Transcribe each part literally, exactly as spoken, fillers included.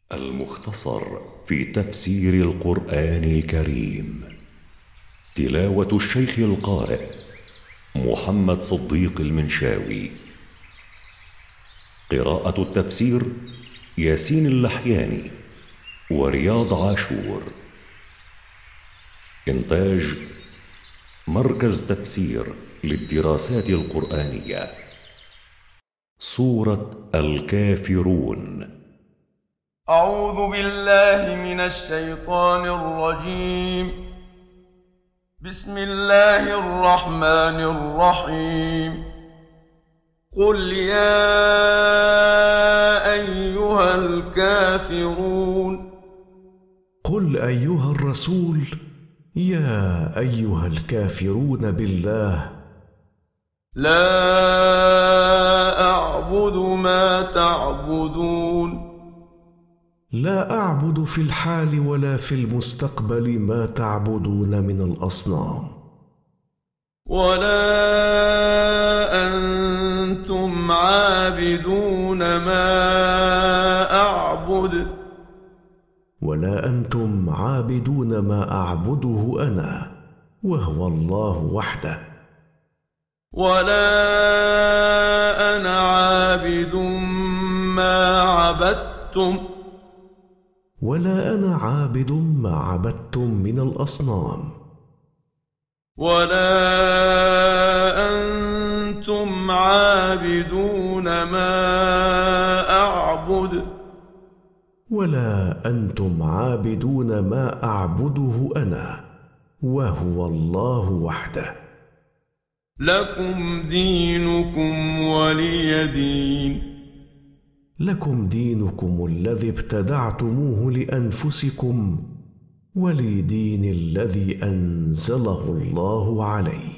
المختصر في تفسير القرآن الكريم. تلاوة الشيخ القارئ محمد صديق المنشاوي. قراءة التفسير ياسين اللحياني ورياض عاشور. إنتاج مركز تفسير للدراسات القرآنية. سورة الكافرون. أعوذ بالله من الشيطان الرجيم. بسم الله الرحمن الرحيم. قل يا أيها الكافرون. قل أيها الرسول يا أيها الكافرون بالله لا أعبد ما تعبدون. لا أعبد في الحال ولا في المستقبل ما تعبدون من الأصنام، ولا أنتم عابدون ما أعبد. ولا أنتم عابدون ما أعبده أنا وهو الله وحده. ولا أنا عابد ما عبدتم. ولا أنا عابد ما عبدتم من الأصنام. ولا أنتم عابدون ما أعبد. ولا أنتم عابدون ما أعبده أنا وهو الله وحده. لكم دينكم ولي دين. لكم دينكم الذي ابتدعتموه لأنفسكم ولي دين الذي أنزله الله عليه.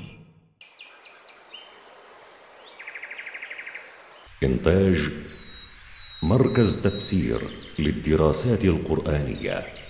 إنتاج مركز تفسير للدراسات القرآنية.